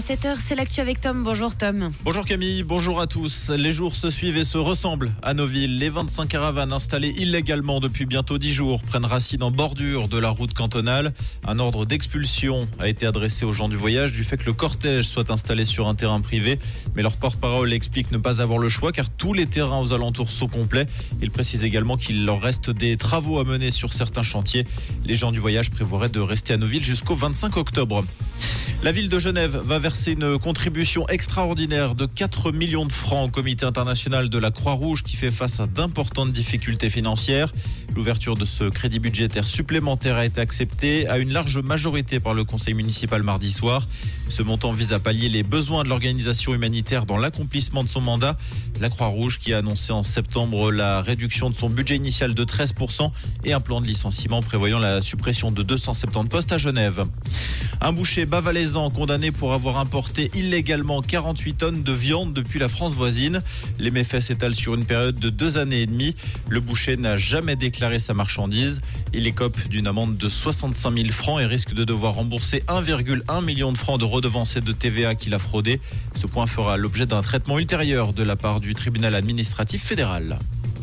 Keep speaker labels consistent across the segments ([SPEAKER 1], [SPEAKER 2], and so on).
[SPEAKER 1] 7h, c'est l'actu avec Tom. Bonjour Tom.
[SPEAKER 2] Bonjour Camille, bonjour à tous. Les jours se suivent et se ressemblent à nos villes. Les 25 caravanes installées illégalement depuis bientôt 10 jours prennent racine en bordure de la route cantonale. Un ordre d'expulsion a été adressé aux gens du voyage du fait que le cortège soit installé sur un terrain privé. Mais leur porte-parole explique ne pas avoir le choix car tous les terrains aux alentours sont complets. Il précise également qu'il leur reste des travaux à mener sur certains chantiers. Les gens du voyage prévoiraient de rester à nos villes jusqu'au 25 octobre. La ville de Genève va verser une contribution extraordinaire de 4 millions de francs au comité international de la Croix-Rouge qui fait face à d'importantes difficultés financières. L'ouverture de ce crédit budgétaire supplémentaire a été acceptée à une large majorité par le conseil municipal mardi soir. Ce montant vise à pallier les besoins de l'organisation humanitaire dans l'accomplissement de son mandat. La Croix-Rouge qui a annoncé en septembre la réduction de son budget initial de 13% et un plan de licenciement prévoyant la suppression de 270 postes à Genève. Un boucher bas-valaisan condamné pour avoir importé illégalement 48 tonnes de viande depuis la France voisine. Les méfaits s'étalent sur une période de 2 années et demie. Le boucher n'a jamais déclaré sa marchandise. Il écope d'une amende de 65 000 francs et risque de devoir rembourser 1,1 million de francs de redevances et de TVA qu'il a fraudé. Ce point fera l'objet d'un traitement ultérieur de la part du tribunal administratif fédéral.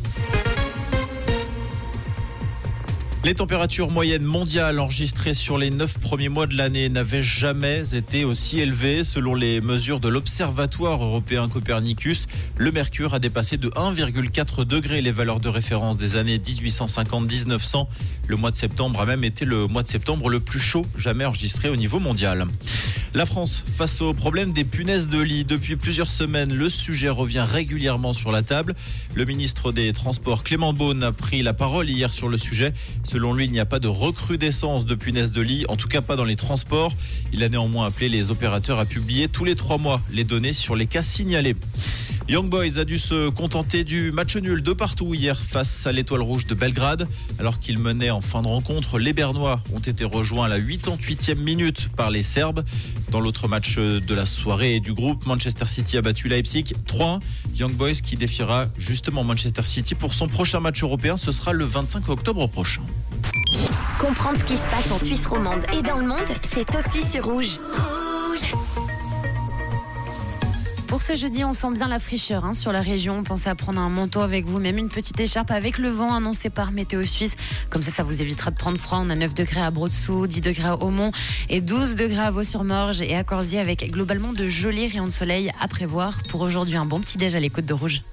[SPEAKER 2] Les températures moyennes mondiales enregistrées sur les 9 premiers mois de l'année n'avaient jamais été aussi élevées. Selon les mesures de l'Observatoire européen Copernicus, le mercure a dépassé de 1,4 degré les valeurs de référence des années 1850-1900. Le mois de septembre a même été le mois de septembre le plus chaud jamais enregistré au niveau mondial. La France, face au problème des punaises de lit, depuis plusieurs semaines, le sujet revient régulièrement sur la table. Le ministre des Transports, Clément Beaune, a pris la parole hier sur le sujet. Selon lui, il n'y a pas de recrudescence de punaises de lit, en tout cas pas dans les transports. Il a néanmoins appelé les opérateurs à publier tous les 3 mois les données sur les cas signalés. Young Boys a dû se contenter du match nul de partout hier face à l'Étoile Rouge de Belgrade. Alors qu'ils menaient en fin de rencontre, les Bernois ont été rejoints à la 88e minute par les Serbes. Dans l'autre match de la soirée du groupe, Manchester City a battu Leipzig 3-1. Young Boys qui défiera justement Manchester City pour son prochain match européen, ce sera le 25 octobre prochain.
[SPEAKER 3] Comprendre ce qui se passe en Suisse romande et dans le monde, c'est aussi sur Rouge.
[SPEAKER 1] Pour ce jeudi, on sent bien la fraîcheur sur la région. Pensez à prendre un manteau avec vous, même une petite écharpe avec le vent annoncé par Météo Suisse. Comme ça vous évitera de prendre froid. On a 9 degrés à Brodessous, 10 degrés à Aumont et 12 degrés à Vaux-sur-Morge et à Corzier avec globalement de jolis rayons de soleil à prévoir. Pour aujourd'hui, un bon petit déj à l'écoute de Rouge.